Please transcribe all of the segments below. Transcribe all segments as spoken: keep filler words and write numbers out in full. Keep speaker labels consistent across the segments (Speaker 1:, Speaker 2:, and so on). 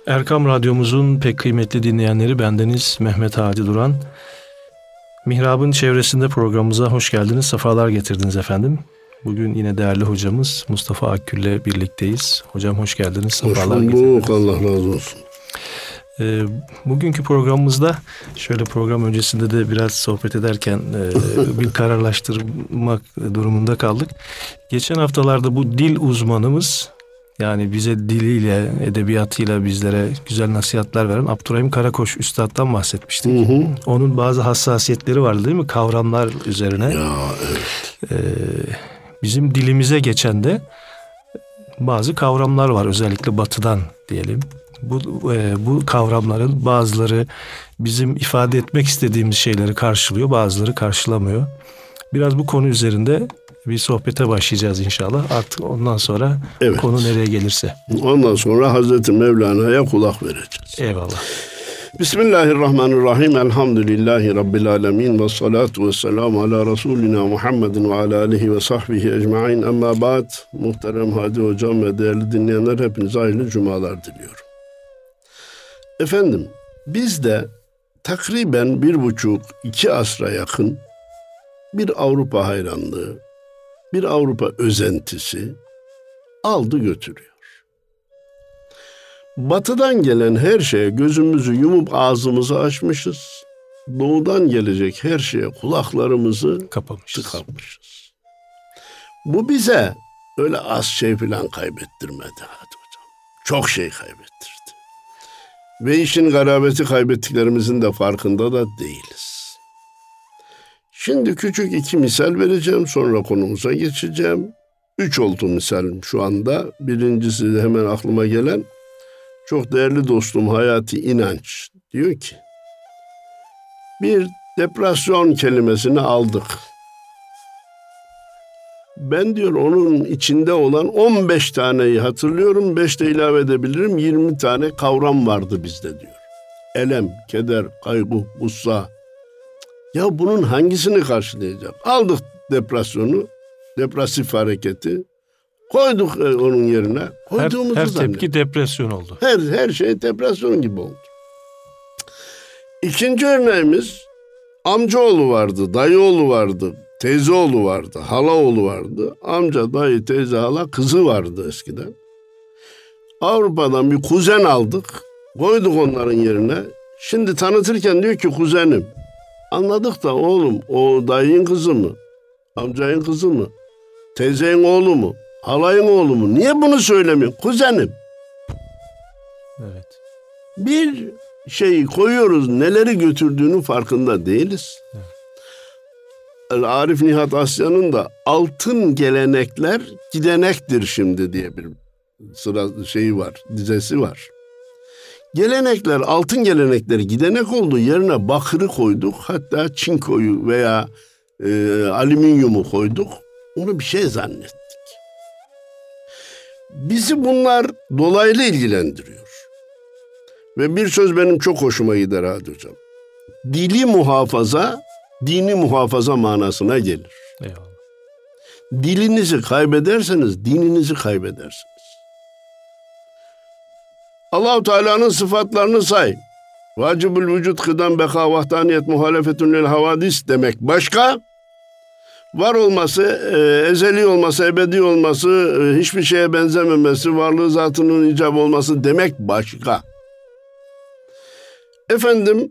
Speaker 1: Erkam Radyomuzun pek kıymetli dinleyenleri, bendeniz Mehmet Hadi Duran. Mihrab'ın çevresinde programımıza hoş geldiniz, sefalar getirdiniz efendim. Bugün yine değerli hocamız Mustafa Akgül'le birlikteyiz. Hocam hoş geldiniz, sefalar
Speaker 2: hoş
Speaker 1: getirdiniz.
Speaker 2: Allah razı olsun.
Speaker 1: Ee, bugünkü programımızda şöyle program öncesinde de biraz sohbet ederken e, bir kararlaştırmak durumunda kaldık. Geçen haftalarda bu dil uzmanımız, yani bize diliyle, edebiyatıyla bizlere güzel nasihatler veren Abdurrahim Karakoç Üstad'dan bahsetmiştik. Hı hı. Onun bazı hassasiyetleri vardı değil mi? Kavramlar üzerine.
Speaker 2: Ya evet.
Speaker 1: Ee, bizim dilimize geçen de bazı kavramlar var, özellikle batıdan diyelim. Bu, e, bu kavramların bazıları bizim ifade etmek istediğimiz şeyleri karşılıyor, bazıları karşılamıyor. Biraz bu konu üzerinde bir sohbete başlayacağız inşallah. Artık ondan sonra evet, konu nereye gelirse.
Speaker 2: Ondan sonra Hazreti Mevlana'ya kulak vereceğiz.
Speaker 1: Eyvallah.
Speaker 2: Bismillahirrahmanirrahim. Elhamdülillahi Rabbil alemin. Ve salatu ve selamu ala Resulina Muhammedin ve ala alihi ve sahbihi ecmain. Amma ba'd. Muhterem Hadi Hocam ve değerli dinleyenler, hepinize hayırlı cumalar diliyorum. Efendim, biz de takriben bir buçuk, iki asra yakın bir Avrupa hayranlığı, bir Avrupa özentisi aldı götürüyor. Batıdan gelen her şeye gözümüzü yumup ağzımızı açmışız. Doğudan gelecek her şeye kulaklarımızı
Speaker 1: kapamışız.
Speaker 2: tıkamışız. Bu bize öyle az şey falan kaybettirmedi hadi hocam. Çok şey kaybettirdi. Ve işin garabeti, kaybettiklerimizin de farkında da değiliz. Şimdi küçük iki misal vereceğim, sonra konumuza geçeceğim. Üç oldu misalim şu anda. Birincisi de hemen aklıma gelen, çok değerli dostum Hayati İnanç diyor ki, bir depresyon kelimesini aldık. Ben diyor onun içinde olan on beş taneyi hatırlıyorum, beş de ilave edebilirim, yirmi tane kavram vardı bizde diyor. Elem, keder, kaygı, gussa. Ya bunun hangisini karşılayacak? Aldık depresyonu, depresif hareketi, koyduk onun yerine.
Speaker 1: Her, her tepki depresyon oldu.
Speaker 2: Her, her şey depresyon gibi oldu. İkinci örneğimiz, amcaoğlu vardı, dayıoğlu vardı, teyzeoğlu vardı, halaoğlu vardı. Amca, dayı, teyze, hala kızı vardı eskiden. Avrupa'dan bir kuzen aldık, koyduk onların yerine. Şimdi tanıtırken diyor ki kuzenim. Anladık da oğlum, o dayının kızı mı? Amcayın kızı mı? Teyzenin oğlu mu? Halayın oğlu mu? Niye bunu söylemiyorsun? Kuzenim.
Speaker 1: Evet.
Speaker 2: Bir şeyi koyuyoruz, neleri götürdüğünün farkında değiliz. Evet. Arif Nihat Asya'nın da altın gelenekler gidenektir şimdi diye bir sıra şeyi var, dizesi var. Gelenekler, altın gelenekler gidenek oldu, yerine bakırı koyduk, hatta çinkoyu veya e, alüminyumu koyduk, onu bir şey zannettik. Bizi bunlar dolaylı ilgilendiriyor. Ve bir söz benim çok hoşuma gider Hadi Hocam. Dili muhafaza, dini muhafaza manasına gelir.
Speaker 1: Eyvallah.
Speaker 2: Dilinizi kaybederseniz dininizi kaybedersiniz. Allah-u Teala'nın sıfatlarını say. Vacibül vücut kıdam beka vahdaniyet muhalefetun lil havadis demek başka. Var olması, e, ezeli olması, ebedi olması, e, hiçbir şeye benzememesi, varlığı zatının icabı olması demek başka. Efendim,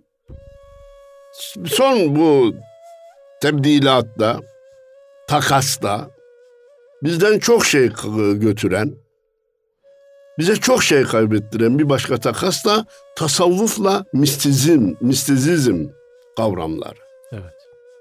Speaker 2: son bu tebdilatta, takasta bizden çok şey götüren, bize çok şey kaybettiren bir başka takas da tasavvufla mistizm, mistizizm kavramları.
Speaker 1: Evet.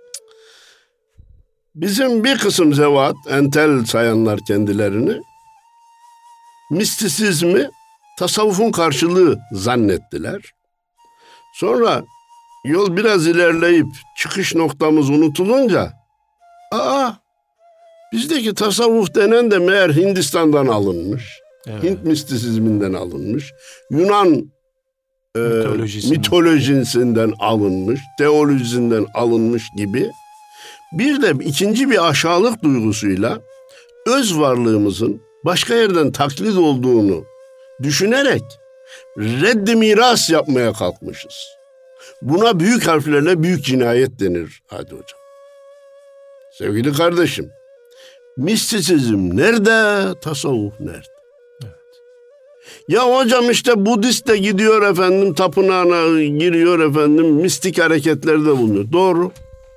Speaker 2: Bizim bir kısım zevat, entel sayanlar kendilerini, mistisizmi tasavvufun karşılığı zannettiler. Sonra yol biraz ilerleyip çıkış noktamız unutulunca, aa, bizdeki tasavvuf denen de meğer Hindistan'dan alınmış. Evet. Hint mistisizminden alınmış. Yunan e, mitolojisinden alınmış. Teolojisinden alınmış gibi. Bir de ikinci bir aşağılık duygusuyla öz varlığımızın başka yerden taklit olduğunu düşünerek reddi miras yapmaya kalkmışız. Buna büyük harflerle büyük cinayet denir Hadi Hocam. Sevgili kardeşim, mistisizm nerede, tasavvuf nerede? Evet. Ya hocam işte Budist de gidiyor efendim, tapınağına giriyor efendim, mistik hareketlerde bulunuyor. Doğru.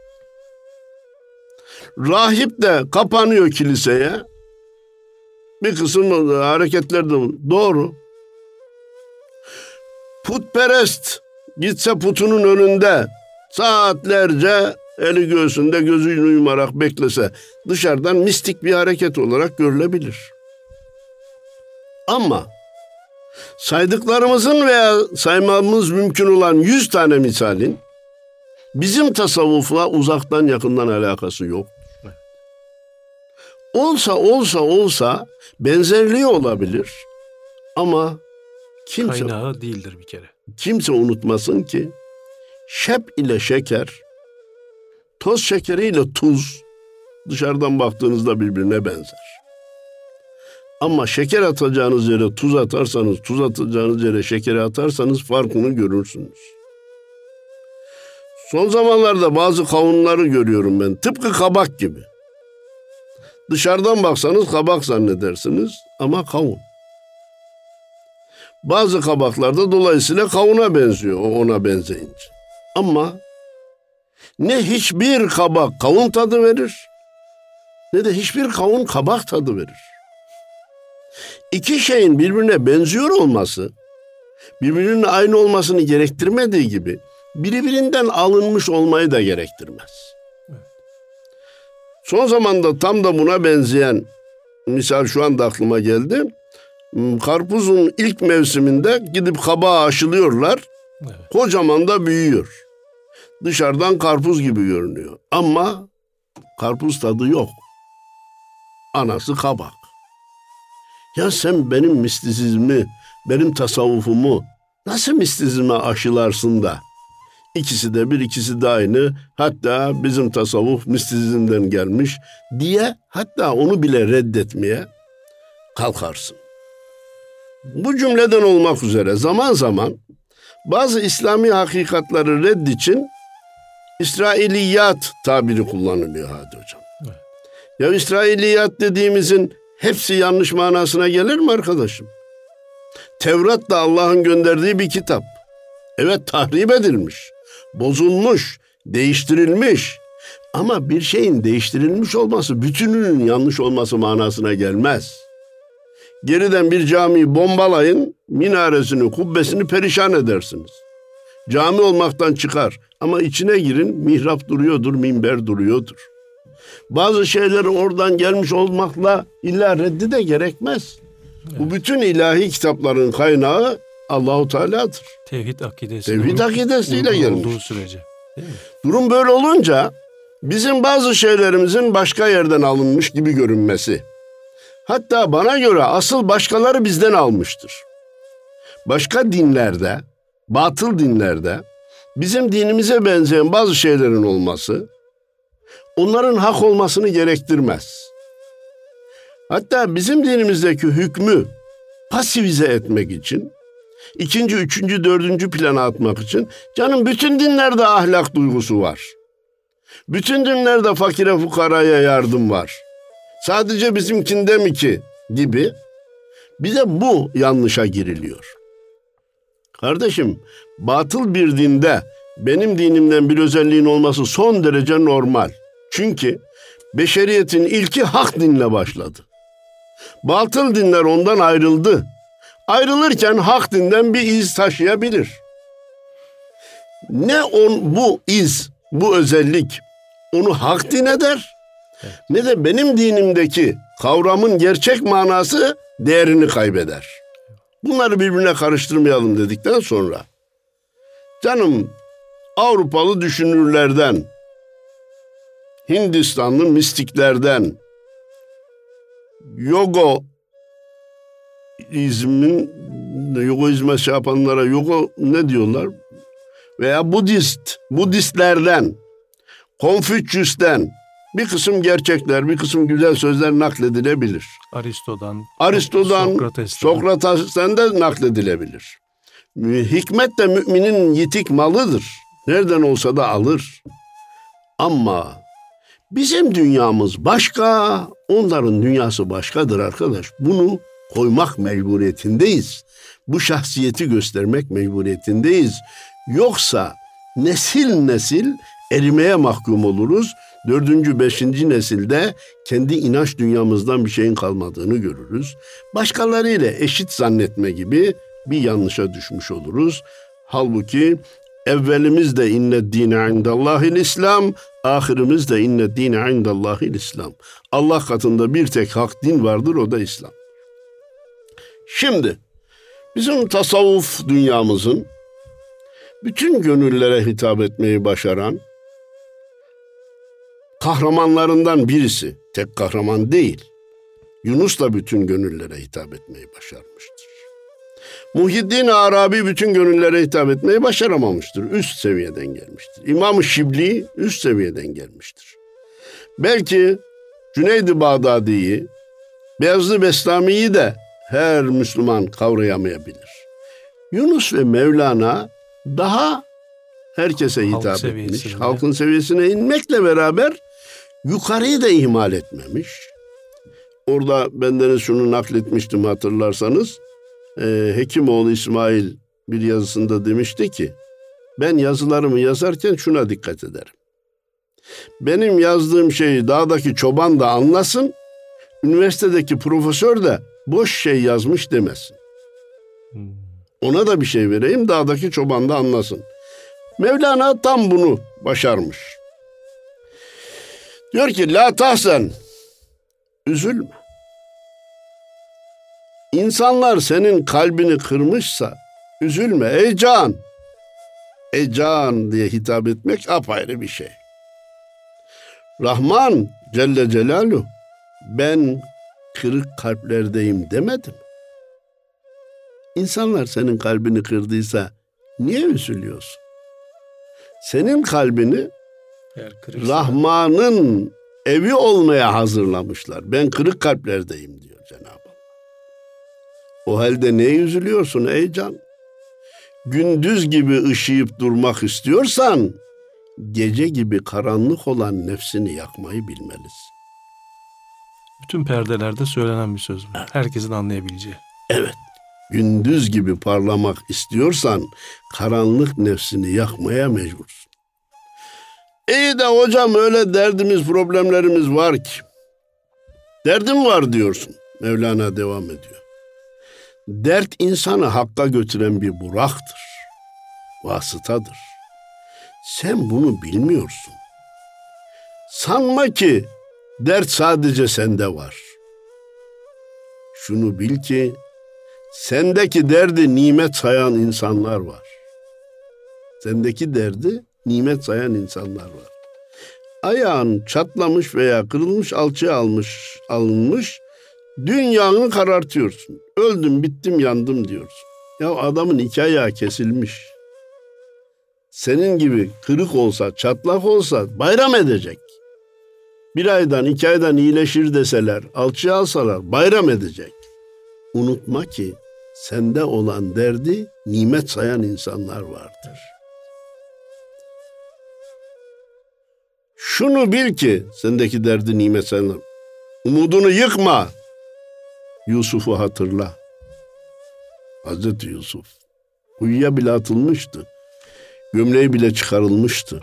Speaker 2: Rahip de kapanıyor kiliseye. Bir kısım hareketlerde bulunuyor. Doğru. Putperest gitse putunun önünde saatlerce eli göğsünde gözünü yumarak beklese dışarıdan mistik bir hareket olarak görülebilir. Ama saydıklarımızın veya saymamız mümkün olan yüz tane misalin bizim tasavvufla uzaktan yakından alakası yok. Olsa olsa olsa benzerliği olabilir ama kimse,
Speaker 1: kaynağı değildir bir kere.
Speaker 2: Kimse unutmasın ki şep ile şeker, toz şekeriyle tuz dışarıdan baktığınızda birbirine benzer. Ama şeker atacağınız yere tuz atarsanız, tuz atacağınız yere şekeri atarsanız farkını görürsünüz. Son zamanlarda bazı kavunları görüyorum ben. Tıpkı kabak gibi. Dışarıdan baksanız kabak zannedersiniz ama kavun. Bazı kabaklarda dolayısıyla kavuna benziyor ona benzeyince. Ama ne hiçbir kabak kavun tadı verir ne de hiçbir kavun kabak tadı verir. İki şeyin birbirine benziyor olması, birbirinin aynı olmasını gerektirmediği gibi birbirinden alınmış olmayı da gerektirmez. Son zamanda tam da buna benzeyen misal şu anda aklıma geldi. Karpuzun ilk mevsiminde gidip kabağı aşılıyorlar. Evet. Kocaman da büyüyor. Dışarıdan karpuz gibi görünüyor. Ama karpuz tadı yok. Anası kabak. Ya sen benim mistisizmi, benim tasavvufumu nasıl mistizme aşılarsın da? İkisi de bir, ikisi de aynı. Hatta bizim tasavvuf mistizmden gelmiş diye hatta onu bile reddetmeye kalkarsın. Bu cümleden olmak üzere zaman zaman bazı İslami hakikatları redd için İsrailiyat tabiri kullanılıyor Hadi Hocam. Evet. Ya İsrailiyat dediğimizin hepsi yanlış manasına gelir mi arkadaşım? Tevrat da Allah'ın gönderdiği bir kitap. Evet tahrip edilmiş, bozulmuş, değiştirilmiş. Ama bir şeyin değiştirilmiş olması bütününün yanlış olması manasına gelmez. Geriden bir camiyi bombalayın, minaresini, kubbesini perişan edersiniz. Cami olmaktan çıkar ama içine girin, mihrap duruyordur, minber duruyordur. Bazı şeyleri oradan gelmiş olmakla illa reddi de gerekmez. Evet. Bu bütün ilahi kitapların kaynağı Allahu Teala'dır.
Speaker 1: Tevhid akidesi.
Speaker 2: Tevhid akidesiyle gelmiş.
Speaker 1: Olduğu sürece. Değil mi?
Speaker 2: Durum böyle olunca bizim bazı şeylerimizin başka yerden alınmış gibi görünmesi. Hatta bana göre asıl başkaları bizden almıştır. Başka dinlerde, batıl dinlerde bizim dinimize benzeyen bazı şeylerin olması onların hak olmasını gerektirmez. Hatta bizim dinimizdeki hükmü pasifize etmek için, ikinci, üçüncü, dördüncü plana atmak için canım bütün dinlerde ahlak duygusu var. Bütün dinlerde fakire fukaraya yardım var. Sadece bizimkinde mi ki gibi bir de bu yanlışa giriliyor. Kardeşim batıl bir dinde benim dinimden bir özelliğin olması son derece normal. Çünkü beşeriyetin ilki hak dinle başladı. Batıl dinler ondan ayrıldı. Ayrılırken hak dinden bir iz taşıyabilir. Ne on, bu iz, bu özellik onu hak din eder, evet, ne de benim dinimdeki kavramın gerçek manası değerini kaybeder. Bunları birbirine karıştırmayalım dedikten sonra, canım Avrupalı düşünürlerden, Hindistanlı mistiklerden, yogoizmin, yogoizme şey yapanlara yogo ne diyorlar? Veya Budist, Budistlerden, Konfüçyüs'ten bir kısım gerçekler, bir kısım güzel sözler nakledilebilir.
Speaker 1: Aristo'dan,
Speaker 2: Aristo'dan,
Speaker 1: Sokrates'ten.
Speaker 2: Sokrates'ten de nakledilebilir. Hikmet de müminin yitik malıdır. Nereden olsa da alır. Ama bizim dünyamız başka, onların dünyası başkadır arkadaş. Bunu koymak mecburiyetindeyiz. Bu şahsiyeti göstermek mecburiyetindeyiz. Yoksa nesil nesil erimeye mahkum oluruz. Dördüncü, beşinci nesilde kendi inanç dünyamızdan bir şeyin kalmadığını görürüz. Başkalarıyla eşit zannetme gibi bir yanlışa düşmüş oluruz. Halbuki evvelimiz de inne dîne indallâhil İslam, ahirimiz de inne dîne indallâhil İslam. Allah katında bir tek hak din vardır, o da İslam. Şimdi bizim tasavvuf dünyamızın bütün gönüllere hitap etmeyi başaran kahramanlarından birisi, tek kahraman değil, Yunus da bütün gönüllere hitap etmeyi başarmıştır. Muhyiddin Arabi bütün gönüllere hitap etmeyi başaramamıştır. Üst seviyeden gelmiştir. İmam-ı Şibli üst seviyeden gelmiştir. Belki Cüneyd-i Bağdadi'yi, Beyazıt Bestami'yi de her Müslüman kavrayamayabilir. Yunus ve Mevlana daha herkese hitap Halk etmiş. Halkın seviyesine inmekle beraber yukarıyı da ihmal etmemiş. Orada bendeniz şunu nakletmiştim hatırlarsanız. E, Hekimoğlu İsmail bir yazısında demişti ki, ben yazılarımı yazarken şuna dikkat ederim. Benim yazdığım şeyi dağdaki çoban da anlasın, üniversitedeki profesör de boş şey yazmış demesin. Ona da bir şey vereyim, dağdaki çoban da anlasın. Mevlana tam bunu başarmış. Diyor ki, la tahsen, üzülme. İnsanlar senin kalbini kırmışsa üzülme ey can. Ey can diye hitap etmek apayrı bir şey. Rahman Celle Celaluhu ben kırık kalplerdeyim demedim. İnsanlar senin kalbini kırdıysa niye üzülüyorsun? Senin kalbini Rahman'ın evi olmaya hazırlamışlar. Ben kırık kalplerdeyim diyor Cenab-ı Allah. O halde neye üzülüyorsun ey can? Gündüz gibi ışıyıp durmak istiyorsan, gece gibi karanlık olan nefsini yakmayı bilmelisin.
Speaker 1: Bütün perdelerde söylenen bir söz bu. Evet. Herkesin anlayabileceği.
Speaker 2: Evet. Gündüz gibi parlamak istiyorsan, karanlık nefsini yakmaya mecbursun. İyi de hocam öyle derdimiz, problemlerimiz var ki. Derdim var diyorsun. Mevlana devam ediyor. Dert insanı hakka götüren bir buraktır. Vasıtadır. Sen bunu bilmiyorsun. Sanma ki dert sadece sende var. Şunu bil ki sendeki derdi nimet sayan insanlar var. Sendeki derdi nimet sayan insanlar var. Ayağın çatlamış veya kırılmış, alçıya almış, alınmış, dünyanı karartıyorsun. Öldüm, bittim, yandım diyorsun. Ya adamın iki ayağı kesilmiş. Senin gibi kırık olsa, çatlak olsa bayram edecek. Bir aydan, iki aydan iyileşir deseler, alçıya alsalar bayram edecek. Unutma ki sende olan derdi nimet sayan insanlar vardır. Şunu bil ki sendeki derdi nimet sayanlar. Umudunu yıkma. Yusuf'u hatırla. Hazreti Yusuf kuyuya bile atılmıştı. Gömleği bile çıkarılmıştı.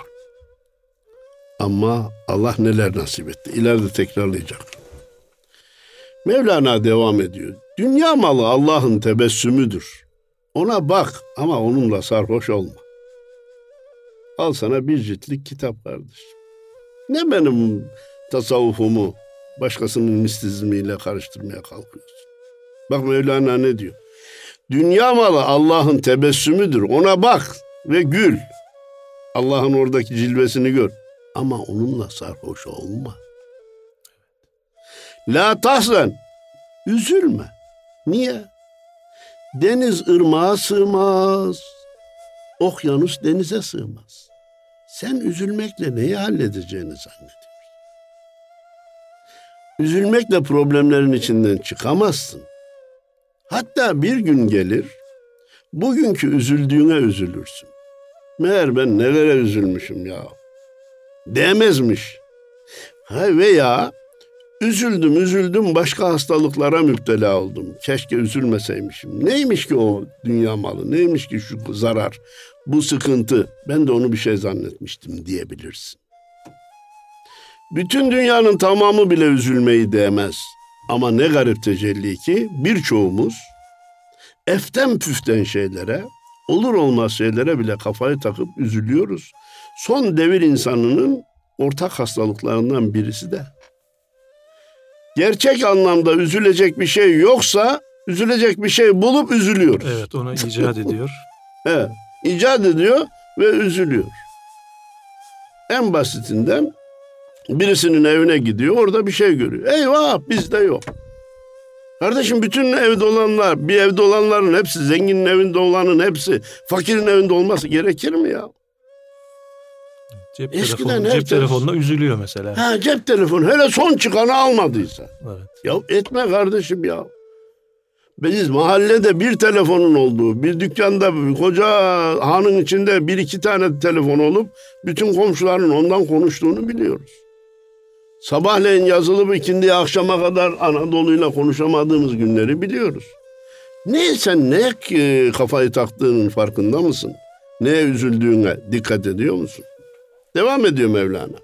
Speaker 2: Ama Allah neler nasip etti. İleride tekrarlayacak. Mevlana devam ediyor. Dünya malı Allah'ın tebessümüdür. Ona bak ama onunla sarhoş olma. Al sana bir ciltlik kitap kardeşim. Ne benim tasavvufumu başkasının mistizmiyle karıştırmaya kalkıyorsun? Bak Mevlana ne diyor? Dünya malı Allah'ın tebessümüdür. Ona bak ve gül. Allah'ın oradaki cilvesini gör. Ama onunla sarhoş olma. La tahzen. Üzülme. Niye? Deniz ırmağa sığmaz. Okyanus denize sığmaz. Sen üzülmekle neyi halledeceğini zannediyorsun. Üzülmekle problemlerin içinden çıkamazsın. Hatta bir gün gelir, Bugünkü üzüldüğüne üzülürsün. Meğer ben nelere üzülmüşüm ya. Değmezmiş. Ha veya üzüldüm üzüldüm başka hastalıklara müptela oldum. Keşke üzülmeseymişim. Neymiş ki o dünya malı? Neymiş ki şu zarar? Bu sıkıntı? Ben de onu bir şey zannetmiştim diyebilirsin. Bütün dünyanın tamamı bile üzülmeyi değmez. Ama ne garip tecelli ki birçoğumuz eften püften şeylere, olur olmaz şeylere bile kafayı takıp üzülüyoruz. Son devir insanının ortak hastalıklarından birisi de. Gerçek anlamda üzülecek bir şey yoksa, üzülecek bir şey bulup üzülüyoruz.
Speaker 1: Evet, onu icat ediyor.
Speaker 2: Evet, icat ediyor ve üzülüyor. En basitinden birisinin evine gidiyor, orada bir şey görüyor. Eyvah, bizde yok. Kardeşim bütün evde olanlar, bir evde olanların hepsi, zenginin evinde olanın hepsi, fakirin evinde olması gerekir mi ya?
Speaker 1: Cep, telefonu, cep telefonuna üzülüyor mesela.
Speaker 2: Ha, cep telefonu, hele son çıkanı almadıysa.
Speaker 1: Evet.
Speaker 2: Ya etme kardeşim ya. Biz mahallede bir telefonun olduğu, bir dükkanda bir koca hanın içinde bir iki tane telefon olup bütün komşuların ondan konuştuğunu biliyoruz. Sabahleyin yazılıp ikindiye akşama kadar Anadolu'yla konuşamadığımız günleri biliyoruz. Ne sen ne kafayı taktığının farkında mısın? Neye üzüldüğüne dikkat ediyor musun? Devam ediyor Mevlana.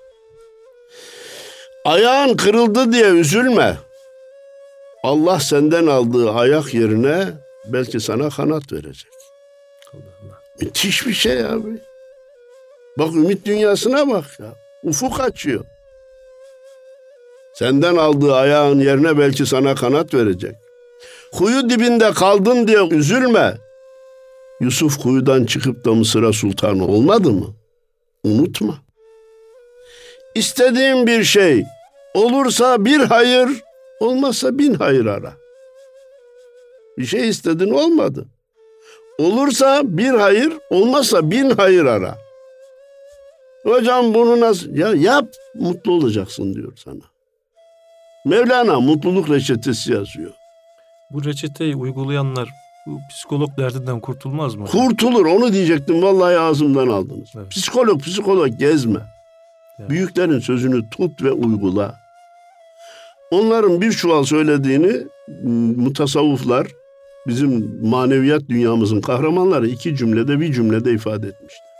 Speaker 2: Ayağın kırıldı diye üzülme. Allah senden aldığı ayak yerine belki sana kanat verecek. Allah Allah. Müthiş bir şey abi. Bak ümit dünyasına bak ya. Ufuk açıyor. Senden aldığı ayağın yerine belki sana kanat verecek. Kuyu dibinde kaldın diye üzülme. Yusuf kuyudan çıkıp da Mısır'a sultanı olmadı mı? Unutma. İstediğin bir şey olursa bir hayır, olmazsa bin hayır ara. Bir şey istedin olmadı. Olursa bir hayır, olmazsa bin hayır ara. Hocam bunu nasıl? Ya yap, mutlu olacaksın diyor sana. Mevlana mutluluk reçetesi yazıyor.
Speaker 1: Bu reçeteyi uygulayanlar bu psikolog derdinden kurtulmaz mı?
Speaker 2: Kurtulur, onu diyecektim. Vallahi ağzımdan aldınız. Evet. Psikolog, psikolog gezme. Evet. Büyüklerin sözünü tut ve uygula. Onların bir çuval söylediğini mutasavvıflar, bizim maneviyat dünyamızın kahramanları iki cümlede bir cümlede ifade etmişler.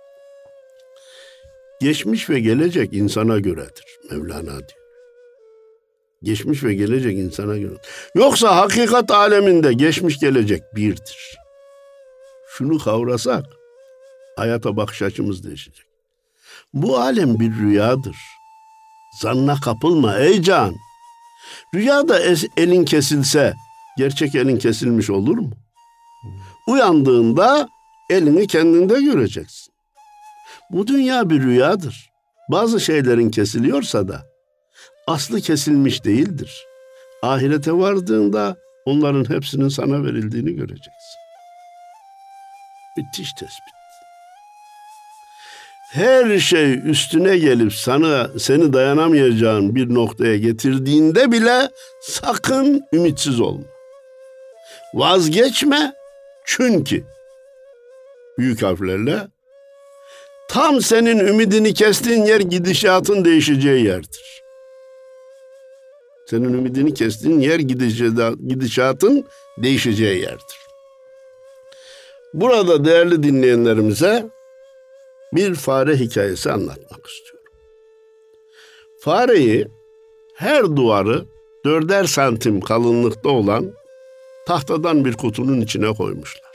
Speaker 2: Geçmiş ve gelecek insana göredir. Mevlana diyor. Geçmiş ve gelecek insana göre. Yoksa hakikat aleminde geçmiş gelecek birdir. Şunu kavrasak hayata bakış açımız değişecek. Bu alem bir rüyadır. Zanna kapılma ey can. Rüyada elin kesilse gerçek elin kesilmiş olur mu? Uyandığında elini kendinde göreceksin. Bu dünya bir rüyadır. Bazı şeylerin kesiliyorsa da aslı kesilmiş değildir. Ahirete vardığında onların hepsinin sana verildiğini göreceksin. Müthiş tespit. Her şey üstüne gelip sana seni dayanamayacağın bir noktaya getirdiğinde bile sakın ümitsiz olma. Vazgeçme çünkü büyük harflerle tam senin ümidini kestiğin yer gidişatın değişeceği yerdir. Senin ümidini kestiğin yer gidişatın değişeceği yerdir. Burada değerli dinleyenlerimize bir fare hikayesi anlatmak istiyorum. Fareyi her duvarı dörder santim kalınlıkta olan tahtadan bir kutunun içine koymuşlar.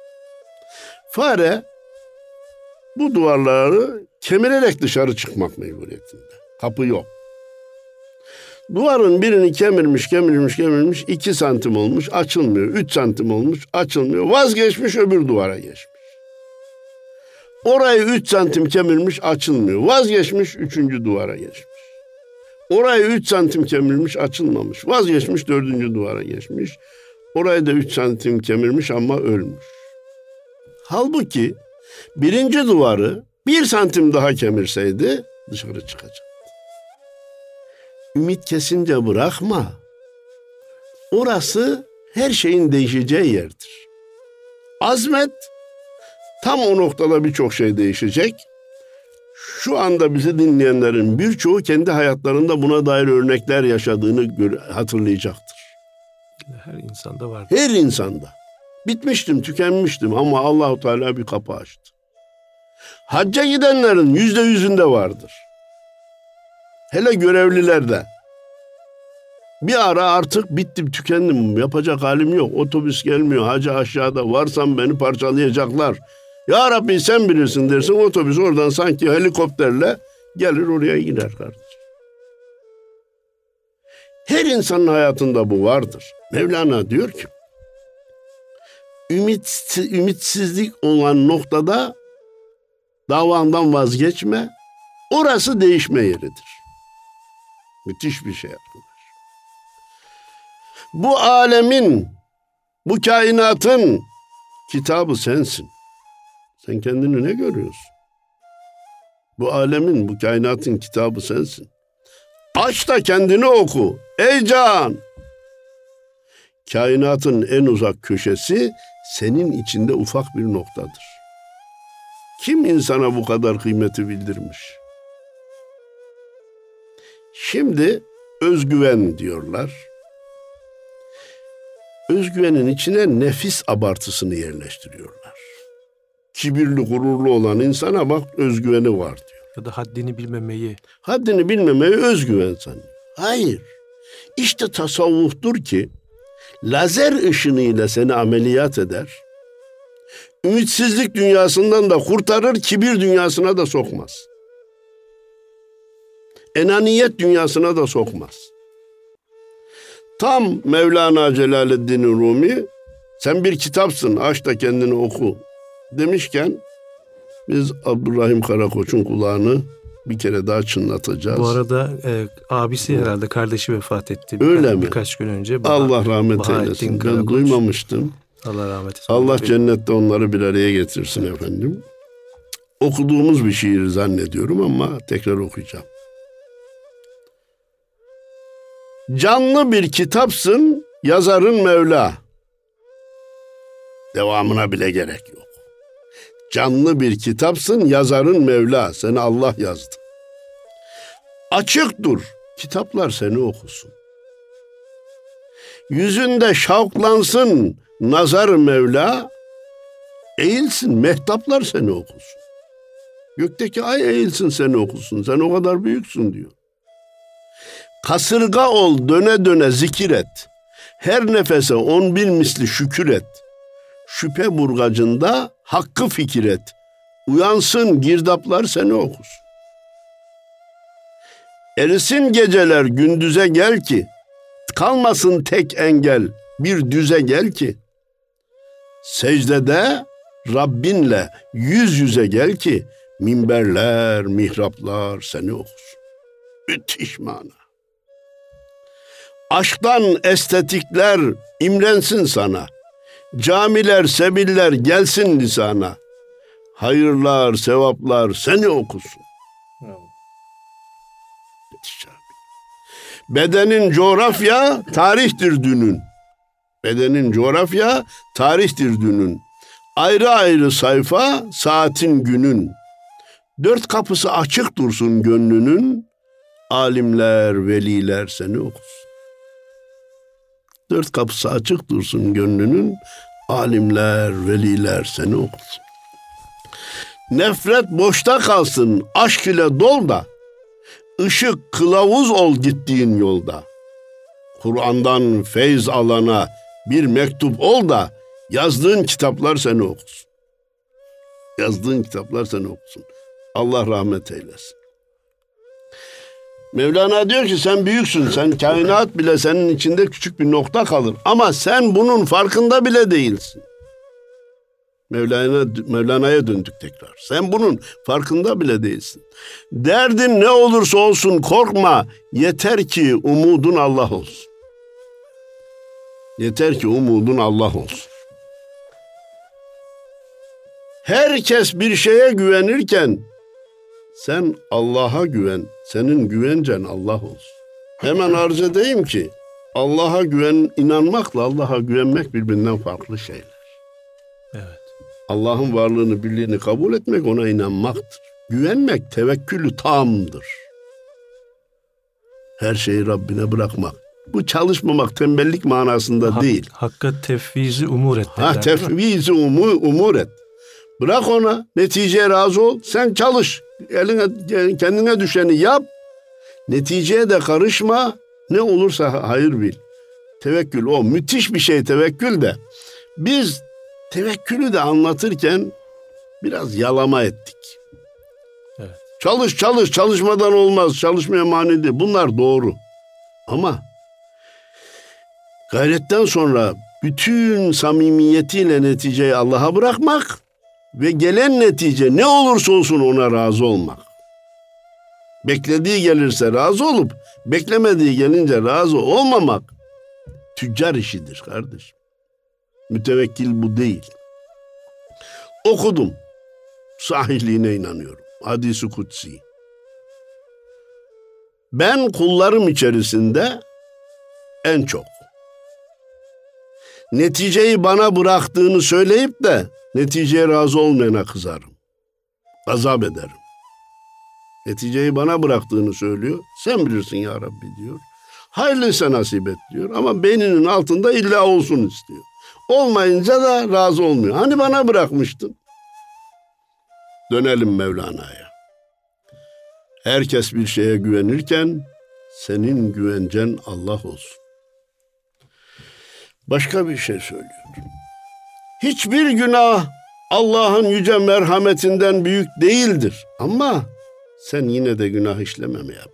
Speaker 2: Fare bu duvarları kemirerek dışarı çıkmak mecburiyetinde. Kapı yok. Duvarın birini kemirmiş, kemirmiş, kemirmiş, iki santim olmuş, açılmıyor. Üç santim olmuş, açılmıyor. Vazgeçmiş, öbür duvara geçmiş. Orayı üç santim kemirmiş, açılmıyor. Vazgeçmiş, üçüncü duvara geçmiş. Orayı üç santim kemirmiş, açılmamış. Vazgeçmiş, dördüncü duvara geçmiş. Orayı da üç santim kemirmiş ama ölmüş. Halbuki birinci duvarı bir santim daha kemirseydi dışarı çıkacaktı. Ümit kesince bırakma. Orası her şeyin değişeceği yerdir. Azmet, tam o noktada birçok şey değişecek. Şu anda bizi dinleyenlerin birçoğu kendi hayatlarında buna dair örnekler yaşadığını hatırlayacaktır.
Speaker 1: Her insanda var.
Speaker 2: Her insanda. Bitmiştim, tükenmiştim ama Allah-u Teala bir kapı açtı. Hacca gidenlerin yüzde yüzünde vardır. Hele görevlilerde. Bir ara artık bittim, tükendim, yapacak halim yok. Otobüs gelmiyor, hacı aşağıda, varsam beni parçalayacaklar. Ya Rabbi sen bilirsin dersin, otobüs oradan sanki helikopterle gelir oraya gider kardeşim. Her insanın hayatında bu vardır. Mevlana diyor ki, ümit, ümitsizlik olan noktada davandan vazgeçme, orası değişme yeridir. Müthiş bir şey arkadaş. Bu alemin, bu kainatın kitabı sensin. Sen kendini ne görüyorsun? Bu alemin, bu kainatın kitabı sensin. Aç da kendini oku. Ey can! Kainatın en uzak köşesi senin içinde ufak bir noktadır. Kim insana bu kadar kıymeti bildirmiş? Şimdi özgüven diyorlar. Özgüvenin içine nefis abartısını yerleştiriyorlar. Kibirli, gururlu olan insana bak özgüveni var diyor.
Speaker 1: Ya da haddini bilmemeyi.
Speaker 2: Haddini bilmemeyi özgüven sanıyor. Hayır. İşte tasavvuftur ki lazer ışınıyla seni ameliyat eder. Ümitsizlik dünyasından da kurtarır, kibir dünyasına da sokmaz. Enaniyet dünyasına da sokmaz. Tam Mevlana Celaleddin Rumi, sen bir kitapsın, aç da kendini oku demişken, biz Abdurrahim Karakoç'un kulağını bir kere daha çınlatacağız.
Speaker 1: Bu arada e, abisi herhalde, kardeşi vefat etti.
Speaker 2: Öyle
Speaker 1: bir,
Speaker 2: mi?
Speaker 1: Birkaç gün önce.
Speaker 2: Allah rahmet eylesin. Ben duymamıştım.
Speaker 1: Allah rahmet eylesin.
Speaker 2: Allah cennette onları bir araya getirsin efendim. Okuduğumuz bir şiir zannediyorum ama tekrar okuyacağım. Canlı bir kitapsın, yazarın Mevla. Devamına bile gerek yok. Canlı bir kitapsın, yazarın Mevla. Seni Allah yazdı. Açık dur, kitaplar seni okusun. Yüzünde şavklansın nazar Mevla. Eğilsin, mehtaplar seni okusun. Gökteki ay eğilsin seni okusun. Sen o kadar büyüksün diyor. Kasırga ol, döne döne zikir et. Her nefese on bin misli şükür et. Şüphe burgacında hakkı fikir et. Uyansın girdaplar seni okusun. Erisin geceler gündüze gel ki, kalmasın tek engel bir düze gel ki, secdede Rabbinle yüz yüze gel ki, minberler, mihraplar seni okusun. Müthiş mana. Aşktan estetikler imrensin sana. Camiler, sebiller gelsin lisana. Hayırlar, sevaplar seni okusun. Müthiş abi. Bedenin coğrafya, tarihtir dünün. Bedenin coğrafya, tarihtir dünün. Ayrı ayrı sayfa, saatin günün. Dört kapısı açık dursun gönlünün. Alimler, veliler seni okusun. Dört kapısı açık dursun gönlünün. Alimler, veliler seni okusun. Nefret boşta kalsın, aşk ile dol da. Işık kılavuz ol gittiğin yolda. Kur'an'dan feyz alana bir mektup ol da yazdığın kitaplar seni okusun. Yazdığın kitaplar seni okusun. Allah rahmet eylesin. Mevlana diyor ki sen büyüksün. Sen kainat bile senin içinde küçük bir nokta kalır. Ama sen bunun farkında bile değilsin. Mevlana, Mevlana'ya döndük tekrar. Sen bunun farkında bile değilsin. Derdin ne olursa olsun korkma. Yeter ki umudun Allah olsun. Yeter ki umudun Allah olsun. Herkes bir şeye güvenirken sen Allah'a güven. Senin güvencen Allah olsun. Hemen arz edeyim ki Allah'a güven, inanmakla Allah'a güvenmek birbirinden farklı şeyler.
Speaker 1: Evet.
Speaker 2: Allah'ın varlığını, birliğini kabul etmek, ona inanmaktır. Güvenmek, tevekkülü tamdır. Her şeyi Rabbine bırakmak. Bu çalışmamak, tembellik manasında
Speaker 1: Hak,
Speaker 2: değil.
Speaker 1: Hakka tefvizi umur et.
Speaker 2: Ha, tefvizi umur, umur et. Bırak ona, neticeye razı ol. Sen çalış. Eline, kendine düşeni yap. Neticeye de karışma. Ne olursa hayır bil. Tevekkül o. Müthiş bir şey tevekkül de. Biz tevekkülü de anlatırken biraz yalama ettik.
Speaker 1: Evet.
Speaker 2: Çalış çalış, çalışmadan olmaz. Çalışmaya mani değil. Bunlar doğru. Ama gayretten sonra bütün samimiyetiyle neticeyi Allah'a bırakmak ve gelen netice ne olursa olsun ona razı olmak. Beklediği gelirse razı olup beklemediği gelince razı olmamak tüccar işidir kardeşim. Mütevekkil bu değil. Okudum. Sahihliğine inanıyorum. Hadis-i kutsi. Ben kullarım içerisinde en çok neticeyi bana bıraktığını söyleyip de neticeye razı olmayana kızarım. Gazap ederim. Neticeyi bana bıraktığını söylüyor. Sen bilirsin ya Rabbi diyor. Hayırlıysa nasip et diyor. Ama beyninin altında illa olsun istiyor. Olmayınca da razı olmuyor. Hani bana bırakmıştın? Dönelim Mevlana'ya. Herkes bir şeye güvenirken senin güvencen Allah olsun. Başka bir şey söylüyor. Hiçbir günah Allah'ın yüce merhametinden büyük değildir. Ama sen yine de günah işlememeye bak.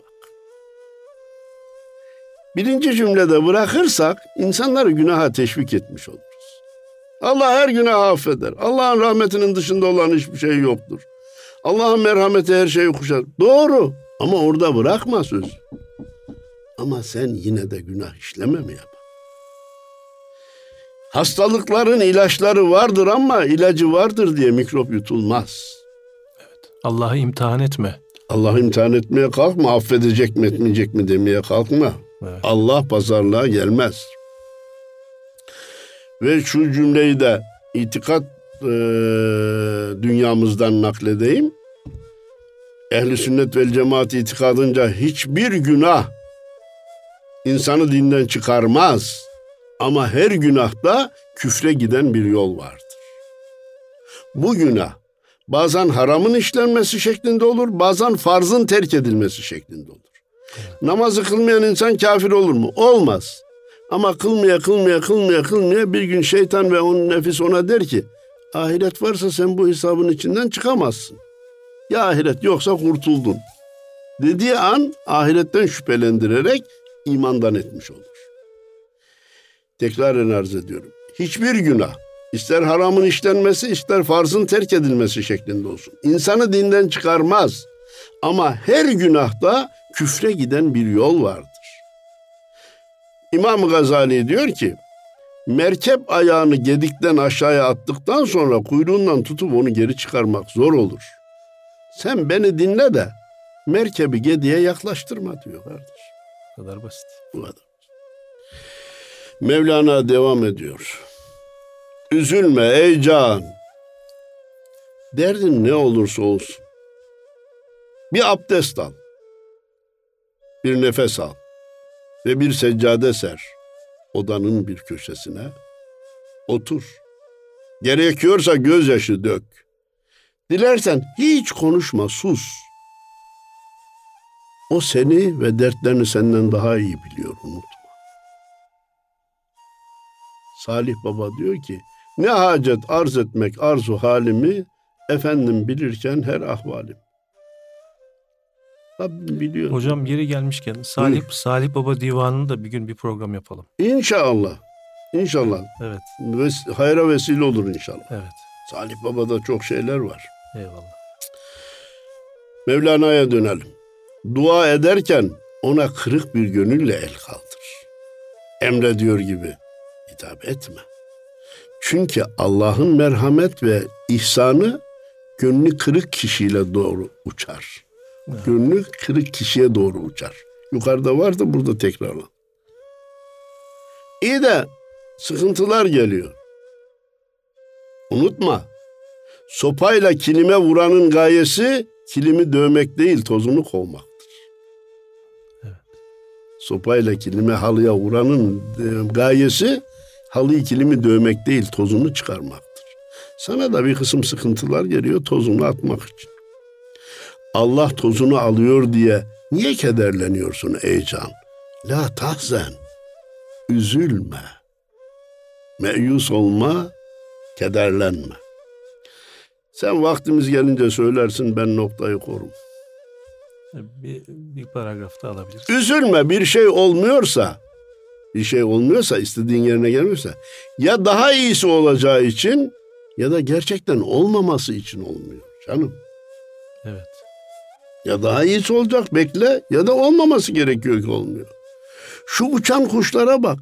Speaker 2: Birinci cümlede bırakırsak insanları günaha teşvik etmiş oluruz. Allah her günahı affeder. Allah'ın rahmetinin dışında olan hiçbir şey yoktur. Allah'ın merhameti her şeyi kuşar. Doğru ama orada bırakma sözü. Ama sen yine de günah işlememeye bak. Hastalıkların ilaçları vardır ama ilacı vardır diye mikrop yutulmaz.
Speaker 1: Evet. Allah'ı imtihan etme.
Speaker 2: Allah'ı imtihan etmeye kalkma. Affedecek mi etmeyecek mi demeye kalkma. Evet. Allah pazarlığa gelmez. Ve şu cümleyi de itikat e, dünyamızdan nakledeyim. Ehl-i sünnet vel cemaat itikadınca hiçbir günah insanı dinden çıkarmaz. Ama her günahta küfre giden bir yol vardır. Bu günah bazen haramın işlenmesi şeklinde olur, bazen farzın terk edilmesi şeklinde olur. Evet. Namazı kılmayan insan kafir olur mu? Olmaz. Ama kılmaya, kılmaya, kılmaya, kılmaya bir gün şeytan ve onun nefis ona der ki, ahiret varsa sen bu hesabın içinden çıkamazsın. Ya ahiret yoksa kurtuldun. Dediği an ahiretten şüphelendirerek imandan etmiş olur. Tekraren arz ediyorum. Hiçbir günah, ister haramın işlenmesi, ister farzın terk edilmesi şeklinde olsun, İnsanı dinden çıkarmaz. Ama her günahta küfre giden bir yol vardır. İmam Gazali diyor ki, merkep ayağını gedikten aşağıya attıktan sonra kuyruğundan tutup onu geri çıkarmak zor olur. Sen beni dinle de merkebi gediğe yaklaştırma diyor kardeş.
Speaker 1: Bu kadar basit.
Speaker 2: Bu kadar. Mevlana devam ediyor. Üzülme ey can. Derdin ne olursa olsun. Bir abdest al. Bir nefes al. Ve bir seccade ser. Odanın bir köşesine. Otur. Gerekiyorsa gözyaşı dök. Dilersen hiç konuşma, sus. O seni ve dertlerini senden daha iyi biliyor, unutma. Salih Baba diyor ki, ne hacet arz etmek arzu halimi, efendim bilirken her ahvalim. Rabbim biliyor.
Speaker 1: Hocam yeri gelmişken Salih, Salih Baba Divanı'nı da bir gün bir program yapalım.
Speaker 2: İnşallah. İnşallah.
Speaker 1: Evet.
Speaker 2: Ves- hayra vesile olur inşallah.
Speaker 1: Evet.
Speaker 2: Salih Baba'da çok şeyler var.
Speaker 1: Eyvallah.
Speaker 2: Mevlana'ya dönelim. Dua ederken ona kırık bir gönülle el kaldır. Emrediyor gibi hitap etme. Çünkü Allah'ın merhamet ve ihsanı gönlü kırık kişiyle doğru uçar. Evet. Gönlü kırık kişiye doğru uçar. Yukarıda vardı, burada tekrarla. İyi de sıkıntılar geliyor. Unutma. Sopayla kilime vuranın gayesi kilimi dövmek değil, tozunu kovmaktır. Evet. Sopayla kilime, halıya vuranın gayesi halıyı, kilimi dövmek değil, tozunu çıkarmaktır. Sana da bir kısım sıkıntılar geliyor, tozunu atmak için. Allah tozunu alıyor diye niye kederleniyorsun ey can? La tahzen, üzülme, meyus olma, kederlenme. Sen vaktimiz gelince söylersin, ben noktayı korum.
Speaker 1: Bir, bir paragrafta alabiliriz.
Speaker 2: Üzülme, bir şey olmuyorsa, bir şey olmuyorsa, istediğin yerine gelmiyorsa, ya daha iyisi olacağı için ya da gerçekten olmaması için olmuyor canım.
Speaker 1: Evet.
Speaker 2: Ya daha iyisi olacak, bekle, ya da olmaması gerekiyor ki olmuyor. Şu uçan kuşlara bak.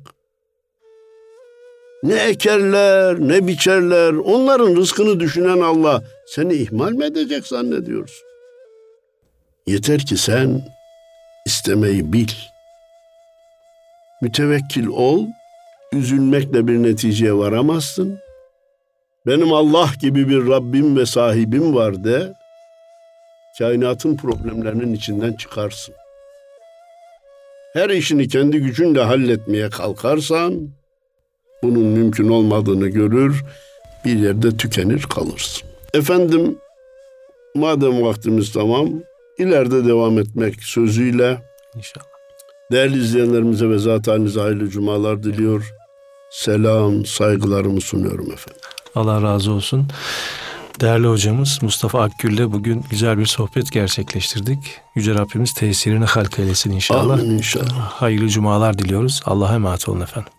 Speaker 2: Ne ekerler, ne biçerler. Onların rızkını düşünen Allah seni ihmal mi edecek zannediyorsun? Yeter ki sen istemeyi bil. Mütevekkil ol, üzülmekle bir neticeye varamazsın. Benim Allah gibi bir Rabbim ve sahibim var de, kainatın problemlerinin içinden çıkarsın. Her işini kendi gücünle halletmeye kalkarsan, bunun mümkün olmadığını görür, bir yerde tükenir kalırsın. Efendim, madem vaktimiz tamam, ileride devam etmek sözüyle
Speaker 1: İnşallah.
Speaker 2: Değerli izleyenlerimize ve zat halinize hayırlı cumalar diliyor. Selam, saygılarımı sunuyorum efendim.
Speaker 1: Allah razı olsun. Değerli hocamız Mustafa Akgül'le bugün güzel bir sohbet gerçekleştirdik. Yüce Rabbimiz tesirini halk eylesin inşallah.
Speaker 2: Amin inşallah.
Speaker 1: Hayırlı cumalar diliyoruz. Allah'a emanet olun efendim.